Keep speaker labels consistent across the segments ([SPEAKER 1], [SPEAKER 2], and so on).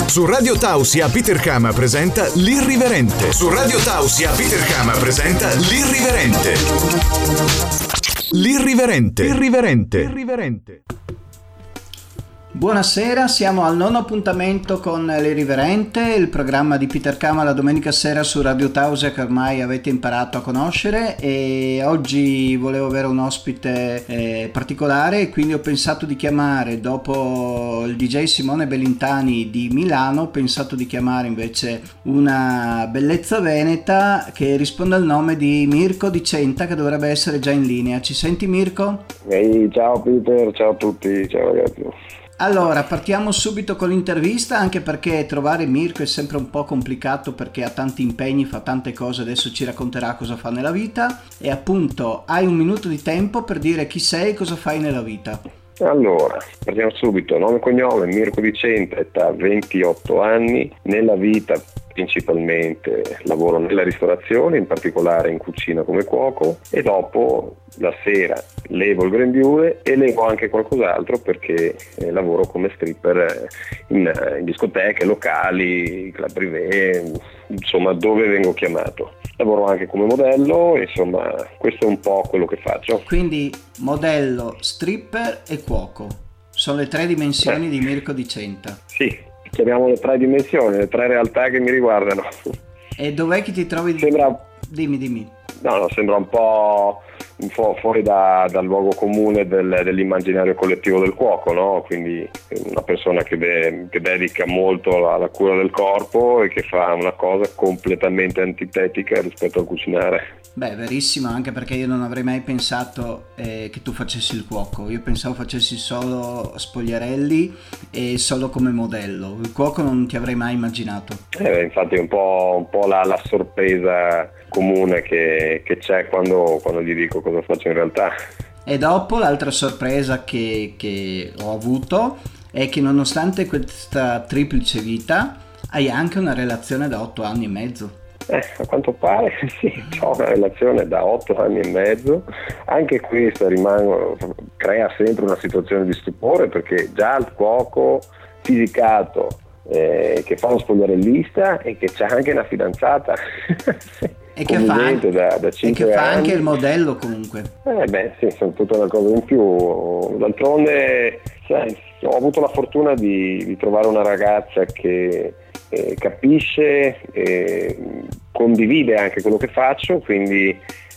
[SPEAKER 1] Su Radio Tausia Peter Kama presenta L'Irriverente. Su Radio Tausia Peter Kama presenta L'Irriverente. L'Irriverente. Irriverente.
[SPEAKER 2] Buonasera, siamo al 9° appuntamento con L'Irriverente, il programma di Peter Kama la domenica sera su Radio Tausia che ormai avete imparato a conoscere, e oggi volevo avere un ospite particolare, quindi ho pensato di chiamare, dopo il DJ Simone Bellintani di Milano, ho pensato di chiamare invece una bellezza veneta che risponde al nome di Mirko Di Centa, che dovrebbe essere già in linea. Ci senti, Mirko?
[SPEAKER 3] Ehi, ciao Peter, ciao a tutti, ciao ragazzi.
[SPEAKER 2] Allora, partiamo subito con l'intervista, anche perché trovare Mirko è sempre un po' complicato perché ha tanti impegni, fa tante cose, adesso ci racconterà cosa fa nella vita, e appunto hai un minuto di tempo per dire chi sei e cosa fai nella vita.
[SPEAKER 3] Allora, partiamo subito, nome e cognome, Mirko Di Centa, età 28 anni, nella vita principalmente lavoro nella ristorazione, in particolare in cucina come cuoco, e dopo la sera levo il grembiule e levo anche qualcos'altro perché lavoro come stripper in discoteche, locali, club privé, insomma dove vengo chiamato. Lavoro anche come modello, insomma questo è un po' quello che faccio.
[SPEAKER 2] Quindi modello, stripper e cuoco, sono le tre dimensioni di Mirko Di Centa.
[SPEAKER 3] Sì, chiamiamo le tre dimensioni, le tre realtà che mi riguardano.
[SPEAKER 2] E dov'è che ti trovi? Dimmi.
[SPEAKER 3] No, sembra un po' fuori dal luogo comune dell'immaginario collettivo del cuoco, no? Quindi una persona che dedica molto alla cura del corpo e che fa una cosa completamente antitetica rispetto a cucinare.
[SPEAKER 2] Beh, verissimo, anche perché io non avrei mai pensato che tu facessi il cuoco. Io pensavo facessi solo spogliarelli e solo come modello. Il cuoco non ti avrei mai immaginato.
[SPEAKER 3] Infatti è un po' la sorpresa comune che c'è quando gli dico cosa faccio in realtà.
[SPEAKER 2] E dopo l'altra sorpresa che ho avuto è che nonostante questa triplice vita hai anche una relazione da 8 anni e mezzo.
[SPEAKER 3] A quanto pare sì, ho una relazione da 8 anni e mezzo, anche questa crea sempre una situazione di stupore, perché già il cuoco fisicato che fa uno spogliarellista e che c'ha anche una fidanzata
[SPEAKER 2] e che fa anche,
[SPEAKER 3] da 5
[SPEAKER 2] e che fa
[SPEAKER 3] anni.
[SPEAKER 2] Anche il modello comunque.
[SPEAKER 3] Sì, sono tutta una cosa in più. D'altronde ho avuto la fortuna di trovare una ragazza che capisce, condivide anche quello che faccio, quindi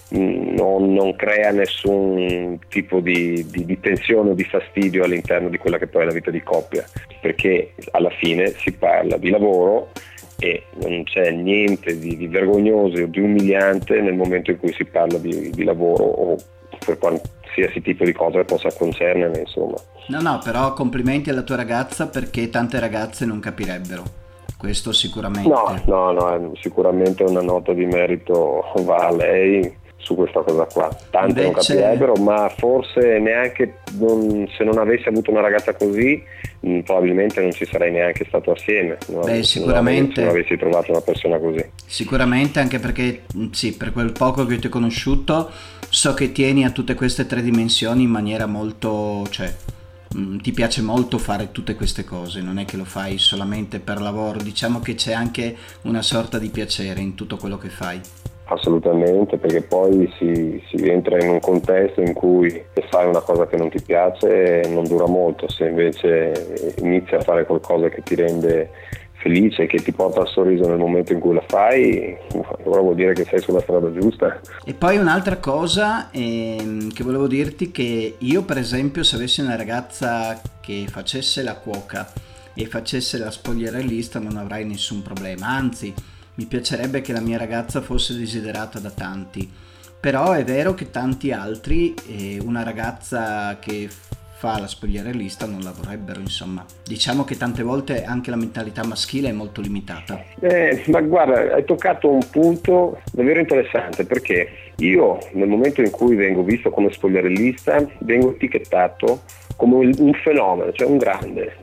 [SPEAKER 3] non crea nessun tipo di tensione o di fastidio all'interno di quella che poi è la vita di coppia, perché alla fine si parla di lavoro e non c'è niente di vergognoso o di umiliante nel momento in cui si parla di lavoro o per qualsiasi tipo di cosa che possa concernere, insomma.
[SPEAKER 2] No, però complimenti alla tua ragazza, perché tante ragazze non capirebbero. Questo sicuramente.
[SPEAKER 3] No, sicuramente una nota di merito va a lei su questa cosa qua. Tante non capirebbero, ma forse neanche se non avessi avuto una ragazza così, probabilmente non ci sarei neanche stato assieme.
[SPEAKER 2] Sicuramente.
[SPEAKER 3] Se non avessi trovato una persona così.
[SPEAKER 2] Sicuramente, anche perché sì, per quel poco che ti ho conosciuto, so che tieni a tutte queste tre dimensioni in maniera molto, ti piace molto fare tutte queste cose, non è che lo fai solamente per lavoro, diciamo che c'è anche una sorta di piacere in tutto quello che fai.
[SPEAKER 3] Assolutamente, perché poi si entra in un contesto in cui se fai una cosa che non ti piace non dura molto, se invece inizi a fare qualcosa che ti rende felice, che ti porta al sorriso nel momento in cui la fai, allora vuol dire che sei sulla strada giusta.
[SPEAKER 2] E poi un'altra cosa che volevo dirti, che io per esempio, se avessi una ragazza che facesse la cuoca e facesse la spogliarellista, non avrei nessun problema, anzi mi piacerebbe che la mia ragazza fosse desiderata da tanti. Però è vero che tanti altri una ragazza che fa la spogliarellista non la vorrebbero, insomma. Diciamo che tante volte anche la mentalità maschile è molto limitata.
[SPEAKER 3] Ma guarda, hai toccato un punto davvero interessante, perché io nel momento in cui vengo visto come spogliarellista vengo etichettato come un fenomeno, cioè un grande.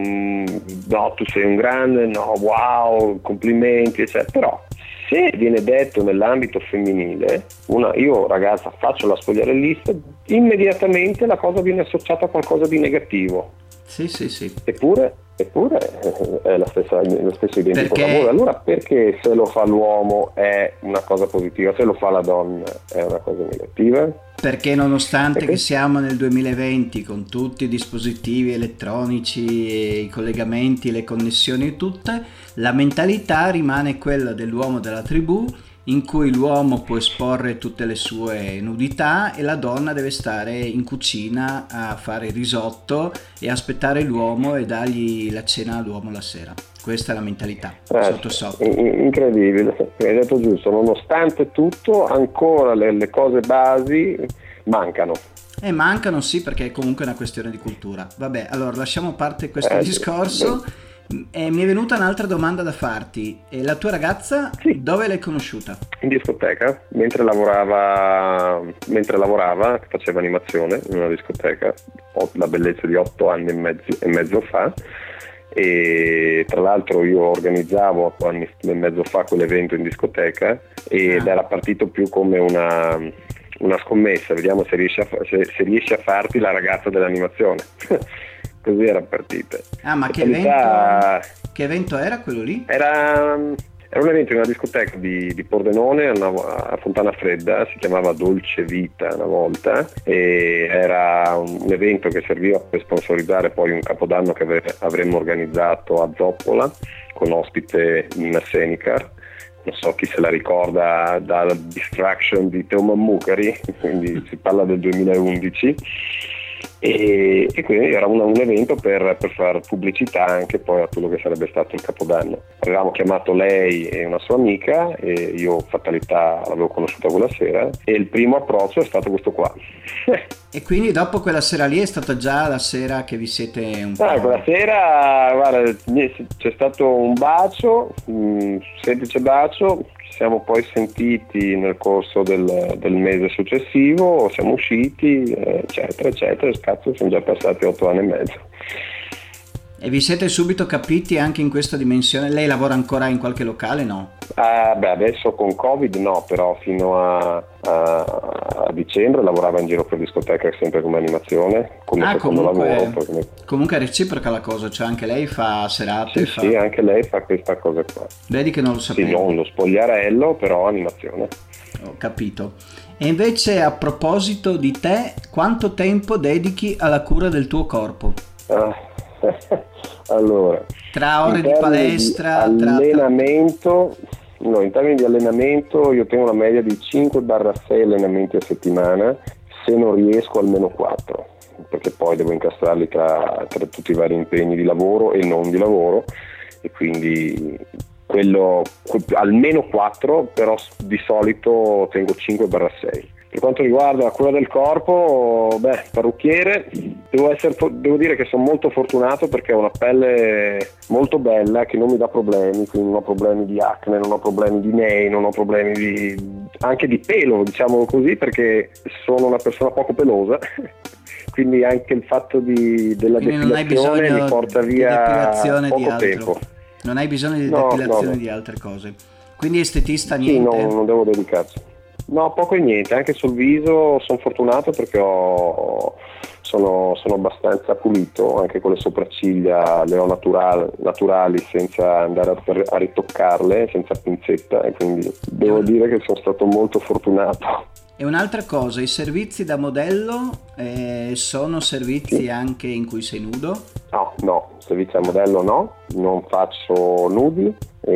[SPEAKER 3] No, tu sei un grande, no, wow, complimenti, eccetera. Però se viene detto nell'ambito femminile, io ragazza faccio la spogliarellista, immediatamente la cosa viene associata a qualcosa di negativo.
[SPEAKER 2] Sì.
[SPEAKER 3] Eppure eppure è lo stesso identico
[SPEAKER 2] Perché?
[SPEAKER 3] lavoro. Allora perché se lo fa l'uomo è una cosa positiva, se lo fa la donna è una cosa negativa?
[SPEAKER 2] Perché nonostante
[SPEAKER 3] Perché?
[SPEAKER 2] che siamo nel 2020 con tutti i dispositivi elettronici, e i collegamenti, le connessioni e tutte, la mentalità rimane quella dell'uomo della tribù, in cui l'uomo può esporre tutte le sue nudità e la donna deve stare in cucina a fare il risotto e aspettare l'uomo e dargli la cena all'uomo la sera. Questa è la mentalità, sotto sotto.
[SPEAKER 3] Incredibile, hai detto giusto, nonostante tutto ancora le cose basi mancano.
[SPEAKER 2] Mancano, sì, perché è comunque una questione di cultura. Vabbè, allora lasciamo a parte questo
[SPEAKER 3] Sì.
[SPEAKER 2] discorso. Mi è venuta un'altra domanda da farti. La tua ragazza,
[SPEAKER 3] Sì.
[SPEAKER 2] dove l'hai conosciuta?
[SPEAKER 3] In discoteca, mentre lavorava, faceva animazione in una discoteca, ho la bellezza di 8 anni e mezzo fa, e tra l'altro io organizzavo 8 anni e mezzo fa quell'evento in discoteca ed era partito più come una scommessa, vediamo se riesci a farti la ragazza dell'animazione. Così era partita.
[SPEAKER 2] Ma che evento era quello lì?
[SPEAKER 3] Era un evento in una discoteca di Pordenone a Fontana Fredda, si chiamava Dolce Vita una volta, e era un evento che serviva per sponsorizzare poi un capodanno che avremmo organizzato a Zoppola con ospite Nina Senicar. Non so chi se la ricorda dalla Distraction di Teo Mammucari, quindi si parla del 2011. E quindi era un evento per fare pubblicità anche poi a quello che sarebbe stato il Capodanno. Avevamo chiamato lei e una sua amica, e io fatalità l'avevo conosciuta quella sera, e il primo approccio è stato questo qua.
[SPEAKER 2] E quindi dopo quella sera lì è stata già la sera che vi siete un po'...
[SPEAKER 3] Quella sera, guarda, c'è stato un bacio, un semplice bacio, ci siamo poi sentiti nel corso del mese successivo, siamo usciti, eccetera, eccetera, cazzo, sono già passati 8 anni e mezzo.
[SPEAKER 2] E vi siete subito capiti anche in questa dimensione? Lei lavora ancora in qualche locale, no?
[SPEAKER 3] Adesso con Covid no, però fino a dicembre lavorava in giro per discoteca sempre come animazione, come secondo lavoro.
[SPEAKER 2] Comunque è reciproca la cosa, cioè anche lei fa serate.
[SPEAKER 3] Sì, anche lei fa questa cosa qua.
[SPEAKER 2] Vedi che non lo sapevo.
[SPEAKER 3] Sì, non lo spogliarello, però animazione.
[SPEAKER 2] Ho capito. E invece, a proposito di te, quanto tempo dedichi alla cura del tuo corpo?
[SPEAKER 3] Allora,
[SPEAKER 2] tra ore di palestra,
[SPEAKER 3] allenamento, no, in termini di allenamento io tengo una media di 5-6 allenamenti a settimana, se non riesco almeno 4, perché poi devo incastrarli tra tutti i vari impegni di lavoro e non di lavoro, e quindi quello almeno 4, però di solito tengo 5-6. Per quanto riguarda la cura del corpo, parrucchiere, devo dire che sono molto fortunato perché ho una pelle molto bella che non mi dà problemi, quindi non ho problemi di acne, non ho problemi di nei, non ho problemi anche di pelo, diciamo così, perché sono una persona poco pelosa. Quindi anche il fatto della depilazione mi porta via poco tempo.
[SPEAKER 2] Non hai bisogno di depilazione di altre cose. Quindi estetista niente?
[SPEAKER 3] Sì, non devo dedicarci. No, poco e niente, anche sul viso sono fortunato perché sono abbastanza pulito, anche con le sopracciglia le ho naturali senza andare a ritoccarle, senza pinzetta, e quindi devo dire che sono stato molto fortunato.
[SPEAKER 2] E un'altra cosa, i servizi da modello sono servizi anche in cui sei nudo?
[SPEAKER 3] No, servizi da modello no, non faccio nudi,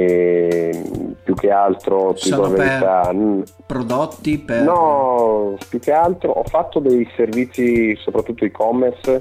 [SPEAKER 3] più che altro
[SPEAKER 2] sono per prodotti per...
[SPEAKER 3] No, più che altro ho fatto dei servizi soprattutto e-commerce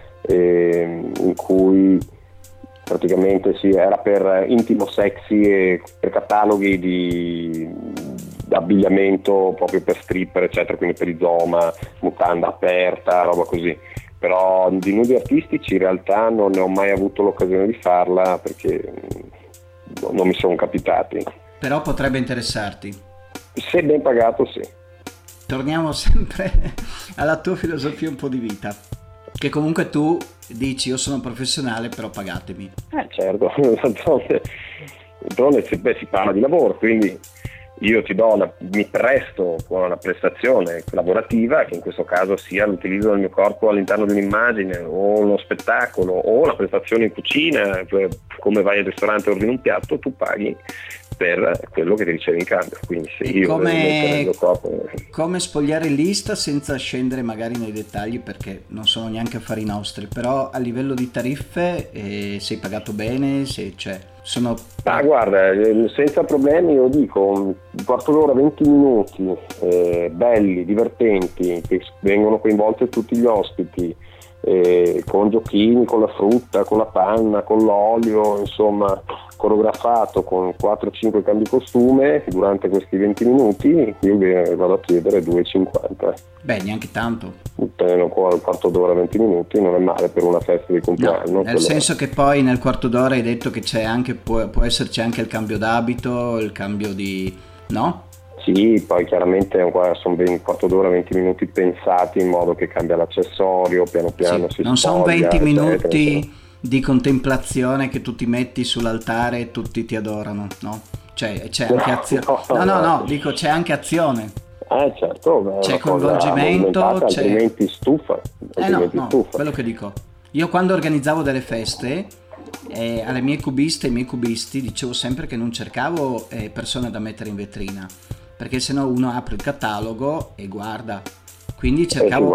[SPEAKER 3] in cui praticamente era per intimo sexy e per cataloghi di abbigliamento proprio per stripper eccetera, quindi per Izoma, mutanda aperta, roba così. Però di nudi artistici in realtà non ne ho mai avuto l'occasione di farla perché non mi sono capitati.
[SPEAKER 2] Però potrebbe interessarti.
[SPEAKER 3] Se ben pagato, sì.
[SPEAKER 2] Torniamo sempre alla tua filosofia un po' di vita, che comunque tu dici io sono professionale però pagatemi.
[SPEAKER 3] Certo, d'altronde si parla di lavoro, quindi io mi presto con una prestazione lavorativa, che in questo caso sia l'utilizzo del mio corpo all'interno di un'immagine o uno spettacolo o una prestazione in cucina, cioè come vai al ristorante e ordini un piatto, tu paghi per quello che ti ricevi in cambio. Quindi se io
[SPEAKER 2] come spogliare lista senza scendere magari nei dettagli, perché non sono neanche affari nostri, però a livello di tariffe sei pagato bene,
[SPEAKER 3] guarda, senza problemi, io dico un quarto d'ora, 20 minuti belli, divertenti, che vengono coinvolti tutti gli ospiti, con giochini, con la frutta, con la panna, con l'olio, insomma coreografato con 4-5 cambi costume durante questi 20 minuti, io vado a chiedere 2,50.
[SPEAKER 2] Beh, neanche tanto.
[SPEAKER 3] Un quarto d'ora, 20 minuti non è male per una festa di compleanno.
[SPEAKER 2] No, nel senso che poi nel quarto d'ora hai detto che c'è anche, può esserci anche il cambio d'abito, il cambio di... no?
[SPEAKER 3] Sì, poi chiaramente sono un quarto d'ora, 20 minuti pensati in modo che cambia l'accessorio, piano piano si
[SPEAKER 2] non
[SPEAKER 3] spoglia,
[SPEAKER 2] sono 20 minuti
[SPEAKER 3] eccetera.
[SPEAKER 2] Di contemplazione che tu ti metti sull'altare e tutti ti adorano, no? Cioè c'è anche azione. No, dico c'è anche azione.
[SPEAKER 3] Certo,
[SPEAKER 2] c'è coinvolgimento,
[SPEAKER 3] altrimenti stufa.
[SPEAKER 2] Quello che dico. Io quando organizzavo delle feste alle mie cubiste e ai miei cubisti dicevo sempre che non cercavo persone da mettere in vetrina, perché sennò uno apre il catalogo e guarda. Quindi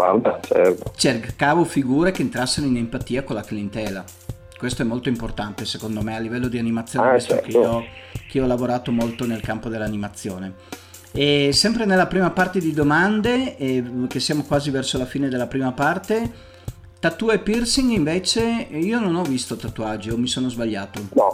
[SPEAKER 2] cercavo figure che entrassero in empatia con la clientela. Questo è molto importante secondo me a livello di animazione, visto che io ho lavorato molto nel campo dell'animazione. E sempre nella prima parte di domande, che siamo quasi verso la fine della prima parte, tattoo e piercing invece io non ho visto tatuaggi, o mi sono sbagliato?
[SPEAKER 3] No,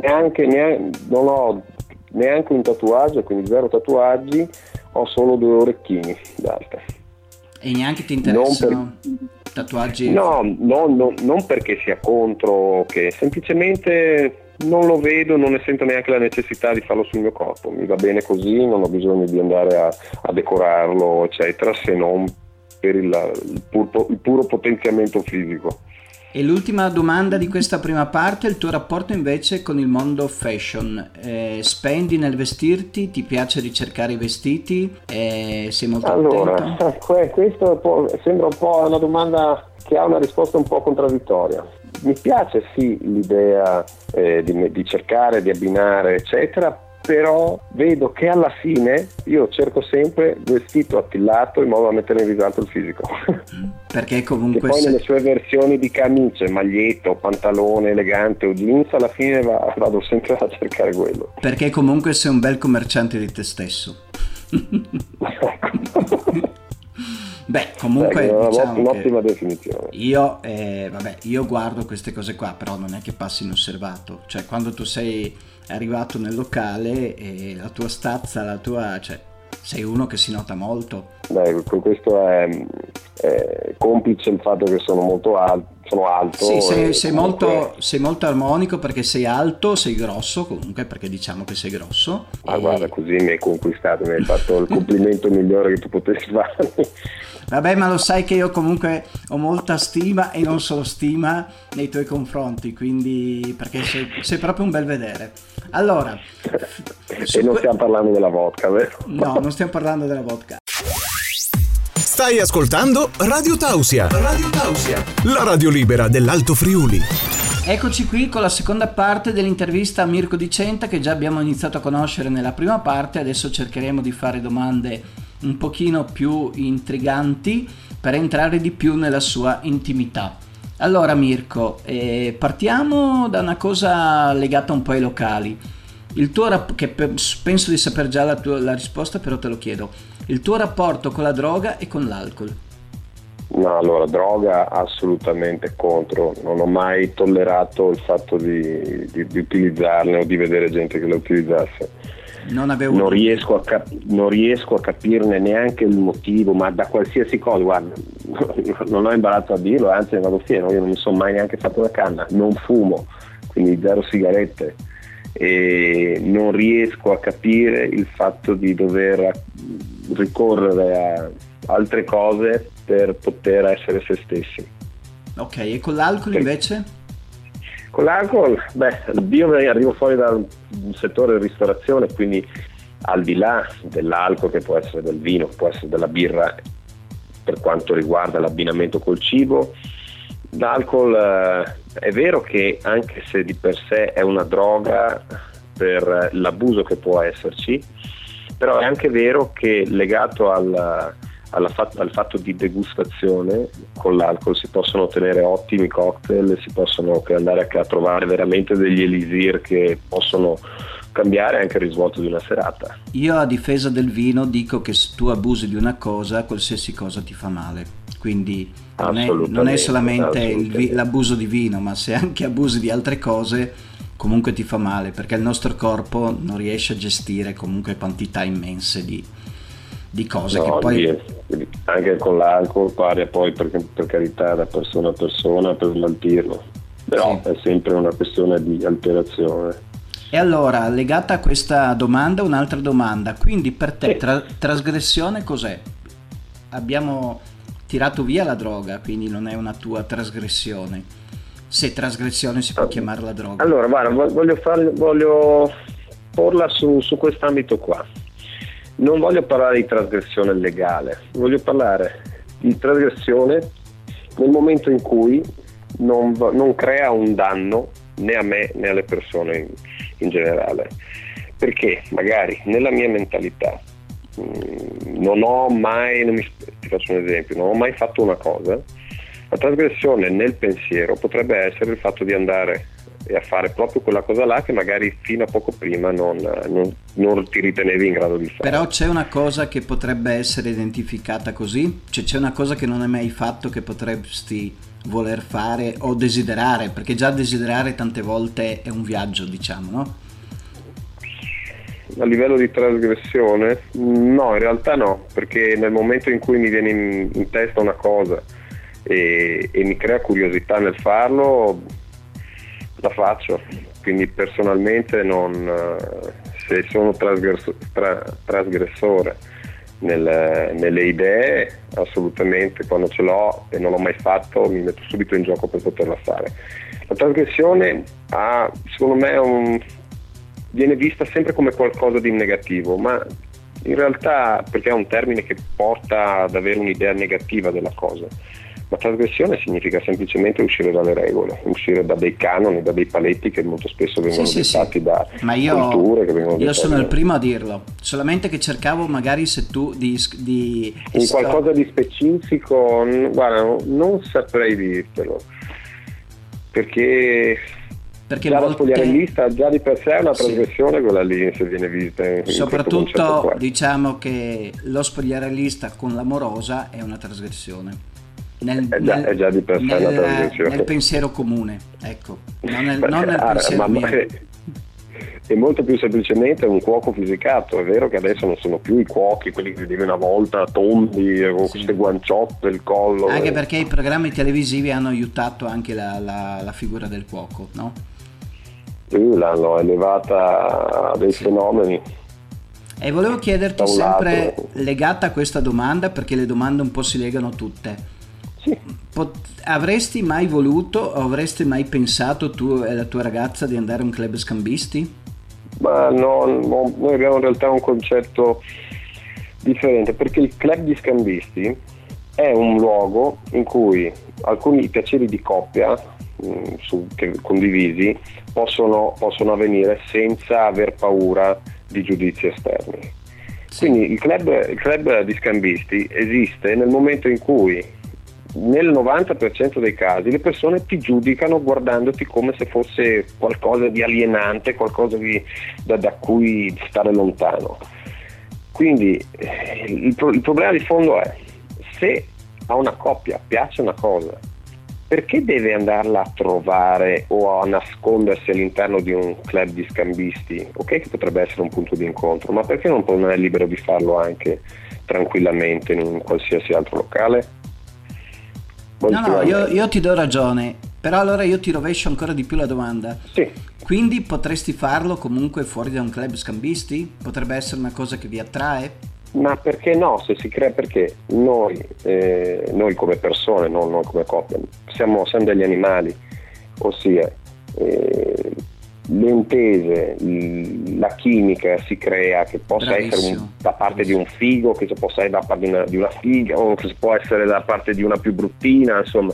[SPEAKER 3] non ho neanche un tatuaggio, quindi 0 tatuaggi, ho solo 2 orecchini d'arte.
[SPEAKER 2] E neanche ti interessano tatuaggi?
[SPEAKER 3] No, non perché sia contro, che semplicemente non lo vedo, non ne sento neanche la necessità di farlo sul mio corpo, mi va bene così, non ho bisogno di andare a decorarlo eccetera, se non per il puro potenziamento fisico.
[SPEAKER 2] E l'ultima domanda di questa prima parte, il tuo rapporto invece con il mondo fashion, spendi nel vestirti, ti piace ricercare i vestiti, sei molto attento?
[SPEAKER 3] Questo sembra un po' una domanda che ha una risposta un po' contraddittoria. Mi piace sì l'idea di cercare, di abbinare eccetera, però vedo che alla fine io cerco sempre vestito attillato in modo da mettere in risalto il fisico.
[SPEAKER 2] Perché comunque
[SPEAKER 3] che poi nelle sue versioni di camicie, maglietto, pantalone elegante o jeans, alla fine vado sempre a cercare quello.
[SPEAKER 2] Perché comunque sei un bel commerciante di te stesso. Beh, comunque diciamo
[SPEAKER 3] un'ottima definizione.
[SPEAKER 2] Io guardo queste cose qua, però non è che passi inosservato. Cioè, quando tu sei arrivato nel locale e la tua stazza, cioè, sei uno che si nota molto.
[SPEAKER 3] Beh, questo è complice il fatto che sono molto alto.
[SPEAKER 2] Sì, sei molto armonico perché sei alto, sei grosso comunque, perché diciamo che sei grosso.
[SPEAKER 3] Guarda, così mi hai conquistato, mi hai fatto il complimento migliore che tu potessi fare.
[SPEAKER 2] Vabbè, ma lo sai che io comunque ho molta stima e non solo stima nei tuoi confronti, quindi perché sei proprio un bel vedere. Allora,
[SPEAKER 3] e non stiamo parlando della vodka, vero?
[SPEAKER 2] No, non stiamo parlando della vodka.
[SPEAKER 1] Stai ascoltando Radio Tausia, la radio libera dell'Alto Friuli.
[SPEAKER 2] Eccoci qui con la seconda parte dell'intervista a Mirko Di Centa, che già abbiamo iniziato a conoscere nella prima parte. Adesso cercheremo di fare domande un pochino più intriganti per entrare di più nella sua intimità. Allora Mirko, partiamo da una cosa legata un po' ai locali. Il tuo che penso di saper già la risposta, però te lo chiedo. Il tuo rapporto con la droga e con l'alcol?
[SPEAKER 3] No, allora, droga assolutamente contro. Non ho mai tollerato il fatto di utilizzarne o di vedere gente che le utilizzasse. Non riesco a capirne neanche il motivo, ma da qualsiasi cosa, guarda, non ho imbarazzo a dirlo, anzi ne vado fiero, io non mi sono mai neanche fatto una canna, non fumo, quindi 0 sigarette, e non riesco a capire il fatto di dover ricorrere a altre cose per poter essere se stessi.
[SPEAKER 2] Ok, e con l'alcol invece?
[SPEAKER 3] Con l'alcol, io arrivo fuori dal settore ristorazione, quindi al di là dell'alcol, che può essere del vino, può essere della birra, per quanto riguarda l'abbinamento col cibo. L'alcol è vero che, anche se di per sé è una droga per l'abuso che può esserci, però è anche vero che legato al fatto di degustazione, con l'alcol si possono ottenere ottimi cocktail, si possono andare a trovare veramente degli elisir che possono cambiare anche il risvolto di una serata.
[SPEAKER 2] Io, a difesa del vino, dico che se tu abusi di una cosa, qualsiasi cosa ti fa male, quindi non è solamente l'abuso di vino, ma se anche abusi di altre cose comunque ti fa male, perché il nostro corpo non riesce a gestire comunque quantità immense di cose, che poi
[SPEAKER 3] anche con l'alcol pare poi, per carità, da persona a persona, per smaltirlo, però sì, è sempre una questione di alterazione.
[SPEAKER 2] E allora, legata a questa domanda, un'altra domanda: quindi per te trasgressione cos'è? Abbiamo tirato via la droga, quindi non è una tua trasgressione, se trasgressione si può chiamare la droga.
[SPEAKER 3] Allora, guarda, voglio porla su quest'ambito qua. Non voglio parlare di trasgressione legale, voglio parlare di trasgressione nel momento in cui non crea un danno né a me né alle persone in generale, perché magari nella mia mentalità ti faccio un esempio, non ho mai fatto una cosa. La trasgressione nel pensiero potrebbe essere il fatto di andare e a fare proprio quella cosa là che magari fino a poco prima non ti ritenevi in grado di fare.
[SPEAKER 2] Però c'è una cosa che potrebbe essere identificata così? Cioè, c'è una cosa che non hai mai fatto che potresti voler fare o desiderare? Perché già desiderare tante volte è un viaggio, diciamo, no?
[SPEAKER 3] A livello di trasgressione? No, in realtà no, perché nel momento in cui mi viene in testa una cosa e mi crea curiosità nel farlo, la faccio. Quindi personalmente se sono trasgressore nelle idee, assolutamente, quando ce l'ho e non l'ho mai fatto mi metto subito in gioco per poterla fare. La trasgressione secondo me viene vista sempre come qualcosa di negativo, ma in realtà, perché è un termine che porta ad avere un'idea negativa della cosa. La trasgressione significa semplicemente uscire dalle regole, uscire da dei canoni, da dei paletti che molto spesso vengono dettati da culture che vengono dettate.
[SPEAKER 2] Io sono il primo a dirlo, solamente che cercavo magari se tu in
[SPEAKER 3] qualcosa di specifico, guarda, non saprei dirtelo, perché già la spogliarellista già di per sé è una trasgressione, quella lì, se viene vista
[SPEAKER 2] soprattutto diciamo che lo spogliarellista con l'amorosa è una trasgressione.
[SPEAKER 3] È già di per sé una trasgressione
[SPEAKER 2] nel pensiero comune, ecco, non nel pensiero mio.
[SPEAKER 3] E molto più semplicemente un cuoco fisicato. È vero che adesso non sono più i cuochi quelli che vedevi una volta, tondi con queste guanciotte, il collo,
[SPEAKER 2] anche perché i programmi televisivi hanno aiutato anche la figura del cuoco, no?
[SPEAKER 3] L'hanno elevata a dei fenomeni.
[SPEAKER 2] E volevo chiederti, sempre legata a questa domanda, perché le domande un po' si legano tutte.
[SPEAKER 3] Sì.
[SPEAKER 2] Avresti mai voluto o avresti mai pensato, tu e la tua ragazza, di andare a un club scambisti?
[SPEAKER 3] Ma no, noi abbiamo in realtà un concetto differente, perché il club di scambisti è un luogo in cui alcuni piaceri di coppia condivisi possono avvenire senza aver paura di giudizi esterni. Sì. Quindi il club di scambisti esiste nel momento in cui nel 90% dei casi le persone ti giudicano guardandoti come se fosse qualcosa di alienante, qualcosa da cui stare lontano. Quindi il problema di fondo è: se a una coppia piace una cosa, perché deve andarla a trovare o a nascondersi all'interno di un club di scambisti? Ok, che potrebbe essere un punto di incontro, ma perché non è libero di farlo anche tranquillamente in un qualsiasi altro locale?
[SPEAKER 2] No, io ti do ragione, però allora io ti rovescio ancora di più la domanda.
[SPEAKER 3] Sì.
[SPEAKER 2] Quindi potresti farlo comunque fuori da un club scambisti? Potrebbe essere una cosa che vi attrae?
[SPEAKER 3] Ma perché no? Se si crea, perché noi come persone, non come coppia, siamo degli animali, ossia le intese, la chimica si crea, che possa essere da parte di un figo, che possa essere da parte di una figa, o che può essere da parte di una più bruttina, insomma.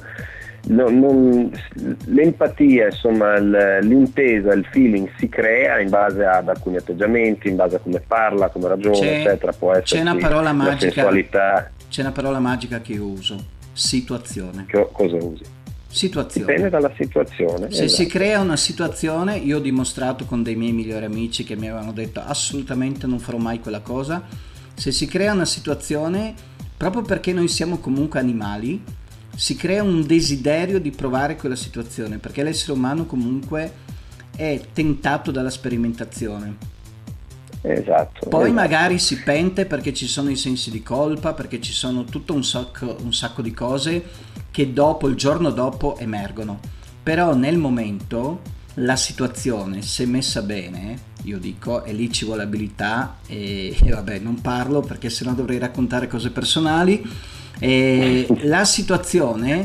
[SPEAKER 3] L'empatia, insomma, l'intesa, il feeling si crea in base ad alcuni atteggiamenti, in base a come parla, come ragiona, eccetera. Può essere
[SPEAKER 2] c'è una parola magica,
[SPEAKER 3] sensualità.
[SPEAKER 2] C'è una parola magica che io uso: situazione.
[SPEAKER 3] Cosa usi?
[SPEAKER 2] Situazione.
[SPEAKER 3] Dipende dalla situazione.
[SPEAKER 2] Se si crea una situazione, io ho dimostrato con dei miei migliori amici che mi avevano detto assolutamente non farò mai quella cosa. Se si crea una situazione, proprio perché noi siamo comunque animali, si crea un desiderio di provare quella situazione, perché l'essere umano comunque è tentato dalla sperimentazione.
[SPEAKER 3] Esatto.
[SPEAKER 2] Poi magari si pente perché ci sono i sensi di colpa, perché ci sono tutto un sacco di cose che il giorno dopo emergono. Però nel momento la situazione, se messa bene, io dico, e lì ci vuole abilità e vabbè, non parlo perché sennò dovrei raccontare cose personali. La situazione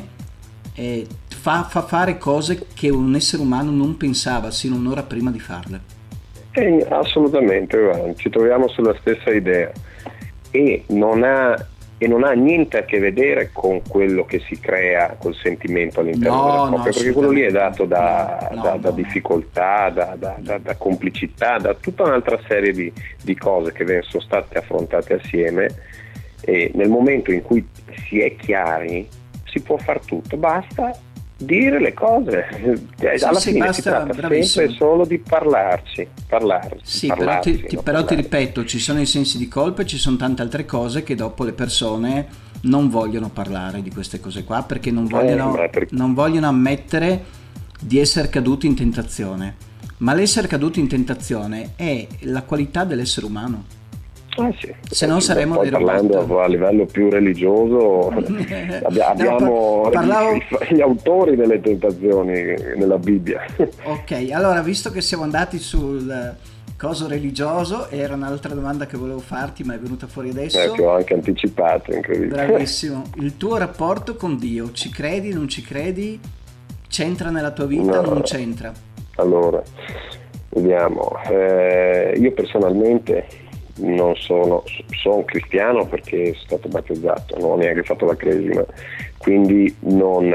[SPEAKER 2] fa fare cose che un essere umano non pensava sino un'ora prima di farle.
[SPEAKER 3] Assolutamente, ci troviamo sulla stessa idea e non ha niente a che vedere con quello che si crea col sentimento all'interno della coppia, perché quello lì è dato da difficoltà, da complicità, da tutta un'altra serie di cose che sono state affrontate assieme, e nel momento in cui si è chiari si può far tutto, basta dire le cose, alla fine si tratta sempre solo di parlarci.
[SPEAKER 2] Però ti ripeto, ci sono i sensi di colpa e ci sono tante altre cose che dopo le persone non vogliono parlare di queste cose qua, perché non vogliono ammettere di essere caduti in tentazione. Ma l'essere caduti in tentazione è la qualità dell'essere umano.
[SPEAKER 3] Sì.
[SPEAKER 2] Se no saremo dei robot.
[SPEAKER 3] Parlando a livello più religioso, abbiamo gli autori delle tentazioni nella Bibbia.
[SPEAKER 2] Ok, allora, visto che siamo andati sul coso religioso, era un'altra domanda che volevo farti ma è venuta fuori adesso.
[SPEAKER 3] Che ho anche anticipato, incredibile.
[SPEAKER 2] Bravissimo. Il tuo rapporto con Dio, ci credi, non ci credi? C'entra nella tua vita o non c'entra?
[SPEAKER 3] Allora, vediamo. Io personalmente non sono cristiano perché sono stato battezzato, non ho neanche fatto la cresima, quindi non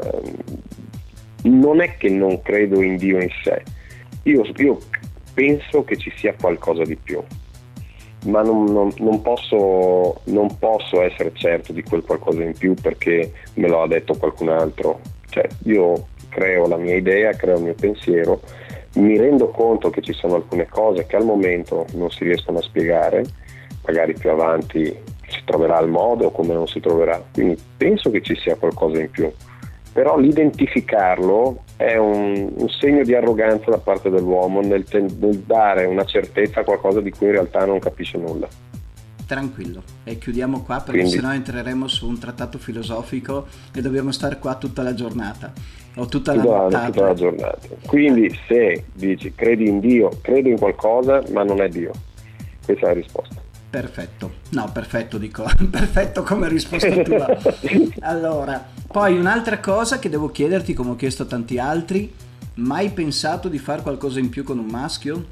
[SPEAKER 3] è che non credo in Dio in sé, io penso che ci sia qualcosa di più, ma non posso essere certo di quel qualcosa in più perché me lo ha detto qualcun altro. Cioè, io creo la mia idea, creo il mio pensiero, mi rendo conto che ci sono alcune cose che al momento non si riescono a spiegare, magari più avanti si troverà il modo, come non si troverà, quindi penso che ci sia qualcosa in più, però l'identificarlo è un segno di arroganza da parte dell'uomo nel dare una certezza a qualcosa di cui in realtà non capisce nulla.
[SPEAKER 2] Tranquillo, e chiudiamo qua perché sennò entreremo su un trattato filosofico e dobbiamo stare qua tutta la giornata o tutta la
[SPEAKER 3] giornata. Quindi se dici credi in Dio, credo in qualcosa ma non è Dio, questa è la risposta.
[SPEAKER 2] Perfetto, no, perfetto dico, perfetto come risposta tua. Allora, poi un'altra cosa che devo chiederti, come ho chiesto a tanti altri, mai pensato di fare qualcosa in più con un maschio?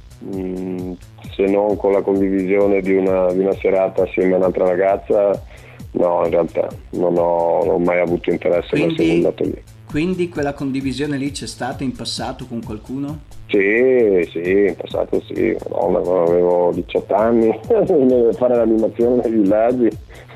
[SPEAKER 3] Se non con la condivisione di una di assieme a un'altra ragazza, no, in realtà non ho mai avuto interesse, mai sono andato lì.
[SPEAKER 2] Quindi quella condivisione lì c'è stata in passato con qualcuno?
[SPEAKER 3] Sì, in passato sì, Madonna, quando avevo 18 anni, fare l'animazione nei villaggi,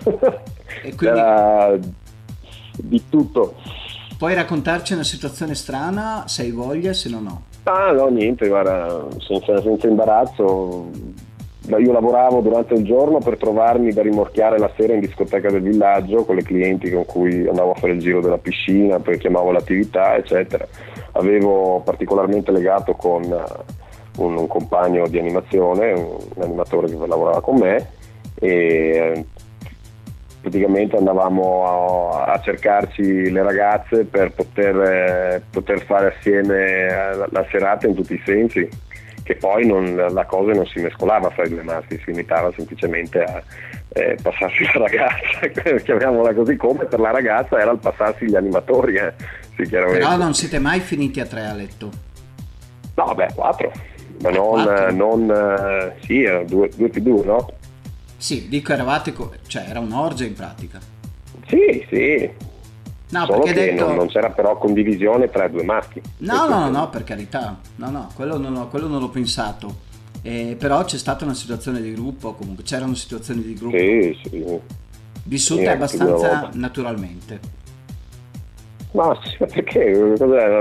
[SPEAKER 2] e quindi
[SPEAKER 3] era di tutto.
[SPEAKER 2] Puoi raccontarci una situazione strana, se hai voglia, se no.
[SPEAKER 3] Ah no, niente, guarda, senza imbarazzo. Io lavoravo durante il giorno per trovarmi da rimorchiare la sera in discoteca del villaggio con le clienti con cui andavo a fare il giro della piscina, poi chiamavo l'attività, eccetera. Avevo particolarmente legato con un compagno di animazione, un animatore che lavorava con me, e praticamente andavamo a cercarci le ragazze per poter fare assieme la serata in tutti i sensi, che poi la cosa non si mescolava fra i due maschi, si limitava semplicemente a passarsi la ragazza, chiamiamola così, come per la ragazza era il passarsi gli animatori, sì, chiaramente.
[SPEAKER 2] Però non siete mai finiti a tre a letto?
[SPEAKER 3] No, vabbè, 4, ma sì, erano 2 più 2, no?
[SPEAKER 2] Sì, dico eravate, cioè era un'orgia in pratica.
[SPEAKER 3] Sì.
[SPEAKER 2] No,
[SPEAKER 3] solo
[SPEAKER 2] perché
[SPEAKER 3] che
[SPEAKER 2] detto...
[SPEAKER 3] non c'era però condivisione tra 2 maschi.
[SPEAKER 2] No, per carità, no, quello non l'ho pensato. Però c'è stata una situazione di gruppo, comunque c'erano situazioni di gruppo
[SPEAKER 3] Sì.
[SPEAKER 2] vissute
[SPEAKER 3] Sì,
[SPEAKER 2] abbastanza naturalmente.
[SPEAKER 3] Ma sì, perché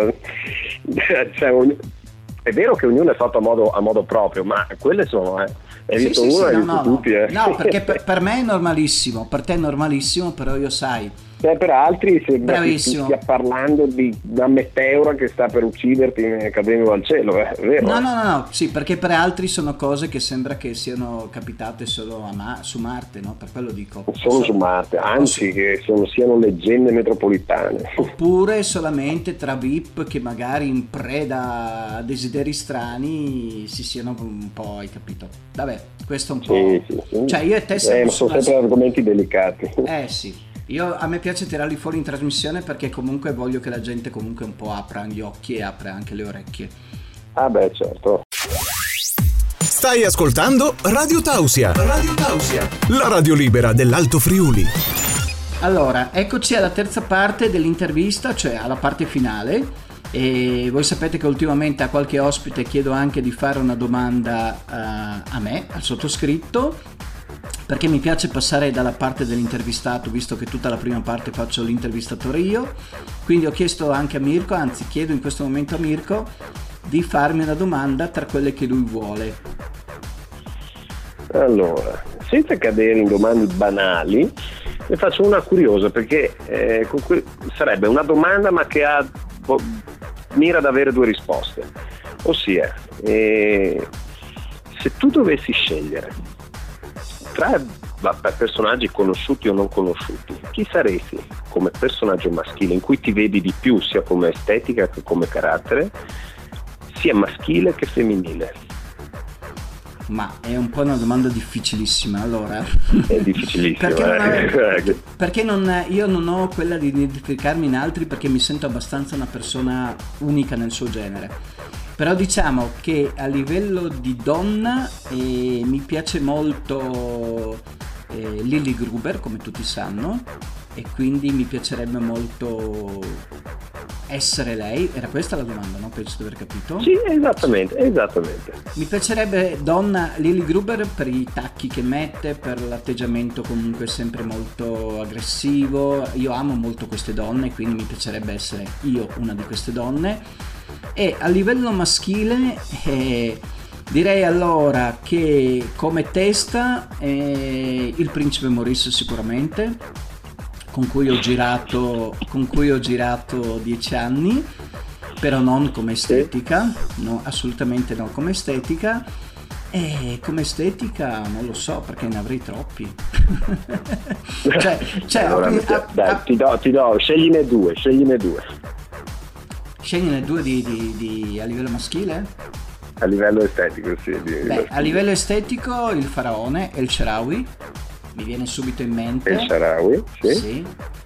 [SPEAKER 3] cioè, è vero che ognuno è fatto a modo proprio, ma quelle sono hai visto uno, hai visto tutti.
[SPEAKER 2] No, perché per me è normalissimo, per te è normalissimo, però io sai.
[SPEAKER 3] Per altri sembra che tu
[SPEAKER 2] Bravissimo.
[SPEAKER 3] stia parlando di una meteora che sta per ucciderti cadendo dal cielo, è vero?
[SPEAKER 2] No, sì, perché per altri sono cose che sembra che siano capitate solo su Marte, no? Per quello dico.
[SPEAKER 3] Solo su Marte, anzi che siano leggende metropolitane.
[SPEAKER 2] Oppure solamente tra VIP che magari in preda a desideri strani si siano un po', hai capito? Vabbè, questo è un po'...
[SPEAKER 3] Sì.
[SPEAKER 2] Cioè io e te siamo
[SPEAKER 3] sono sempre argomenti delicati.
[SPEAKER 2] Sì. A me piace tirarli fuori in trasmissione perché comunque voglio che la gente comunque un po' apra gli occhi e apra anche le orecchie.
[SPEAKER 3] Ah beh, certo.
[SPEAKER 1] Stai ascoltando Radio Tausia, la radio libera dell'Alto Friuli.
[SPEAKER 2] Allora, eccoci alla terza parte dell'intervista, cioè alla parte finale. E voi sapete che ultimamente a qualche ospite chiedo anche di fare una domanda a me, al sottoscritto, perché mi piace passare dalla parte dell'intervistato, visto che tutta la prima parte faccio l'intervistatore io. Quindi ho chiesto anche a Mirko, anzi chiedo in questo momento a Mirko di farmi una domanda tra quelle che lui vuole.
[SPEAKER 3] Allora, senza cadere in domande banali, ne faccio una curiosa perché sarebbe una domanda ma che mira ad avere 2 risposte. Ossia, se tu dovessi scegliere tra personaggi conosciuti o non conosciuti, chi saresti come personaggio maschile in cui ti vedi di più sia come estetica che come carattere, sia maschile che femminile?
[SPEAKER 2] Ma è un po' una domanda difficilissima, allora.
[SPEAKER 3] È difficilissima.
[SPEAKER 2] Perché io non ho quella di identificarmi in altri, perché mi sento abbastanza una persona unica nel suo genere. Però diciamo che a livello di donna mi piace molto Lily Gruber, come tutti sanno, e quindi mi piacerebbe molto essere lei. Era questa la domanda, no? Penso di aver capito.
[SPEAKER 3] Sì, esattamente.
[SPEAKER 2] Mi piacerebbe donna Lily Gruber per i tacchi che mette, per l'atteggiamento comunque sempre molto aggressivo. Io amo molto queste donne, quindi mi piacerebbe essere io una di queste donne. E a livello maschile direi allora che come testa il principe Maurice sicuramente, con cui ho girato 10 anni, però non come estetica, no, assolutamente no come estetica. E come estetica non lo so, perché ne avrei troppi.
[SPEAKER 3] allora, ti do, scegliene due.
[SPEAKER 2] Scegliene 2 a livello maschile?
[SPEAKER 3] A livello estetico, sì.
[SPEAKER 2] A livello estetico il faraone El Shaarawy mi viene subito in mente.
[SPEAKER 3] El Shaarawy,
[SPEAKER 2] sì.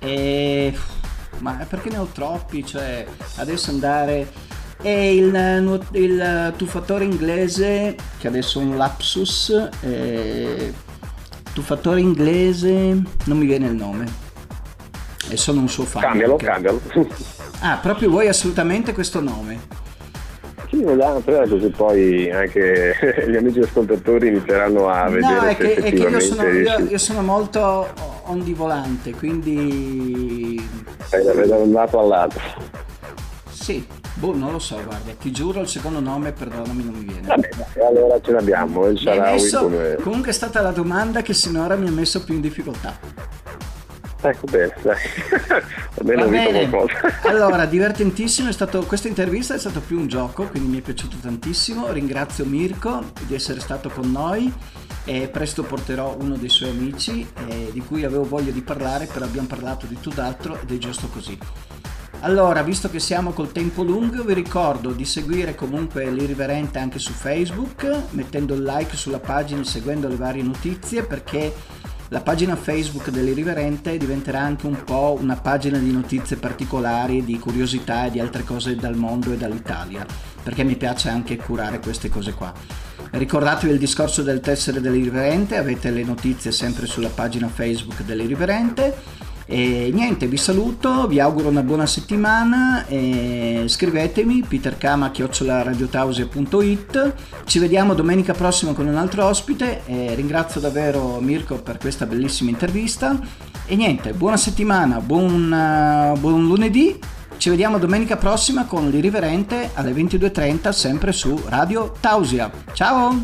[SPEAKER 2] Ma perché ne ho troppi? Cioè, adesso andare... E il tuffatore inglese, che adesso è un lapsus, tuffatore inglese, non mi viene il nome. E sono un suo fan.
[SPEAKER 3] Cambialo.
[SPEAKER 2] Ah, proprio vuoi assolutamente questo nome?
[SPEAKER 3] Sì, così poi anche gli amici ascoltatori inizieranno a vedere.
[SPEAKER 2] No, è che
[SPEAKER 3] effettivamente
[SPEAKER 2] io sono molto ondivolante, quindi...
[SPEAKER 3] Da un lato all'altro.
[SPEAKER 2] Sì, non lo so, guarda, ti giuro il secondo nome, perdonami, non mi viene.
[SPEAKER 3] Vabbè, allora ce l'abbiamo, il Shaarawy.
[SPEAKER 2] Comunque è stata la domanda che sinora mi ha messo più in difficoltà.
[SPEAKER 3] Ecco, bene, dai. Almeno ho visto qualcosa.
[SPEAKER 2] Allora, divertentissimo, questa intervista è stato più un gioco, quindi mi è piaciuto tantissimo. Ringrazio Mirko di essere stato con noi e presto porterò uno dei suoi amici di cui avevo voglia di parlare, però abbiamo parlato di tutt'altro ed è giusto così. Allora, visto che siamo col tempo lungo, vi ricordo di seguire comunque l'Irriverente anche su Facebook, mettendo il like sulla pagina e seguendo le varie notizie, perché la pagina Facebook dell'Irriverente diventerà anche un po' una pagina di notizie particolari, di curiosità e di altre cose dal mondo e dall'Italia, perché mi piace anche curare queste cose qua. Ricordatevi il discorso del tessere dell'Irriverente, avete le notizie sempre sulla pagina Facebook dell'Irriverente. E niente, vi saluto, vi auguro una buona settimana e scrivetemi peterkama@radiotausia.it. Ci vediamo domenica prossima con un altro ospite e ringrazio davvero Mirko per questa bellissima intervista. E niente, buona settimana, buon lunedì. Ci vediamo domenica prossima con l'Irriverente alle 22:30 sempre su Radio Tausia. Ciao!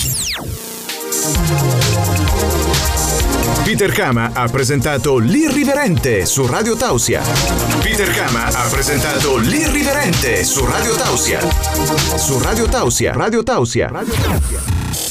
[SPEAKER 1] Peter Kama ha presentato L'Irriverente su Radio Tausia. Peter Kama ha presentato L'Irriverente su Radio Tausia. Su Radio Tausia. Radio Tausia. Radio Tausia.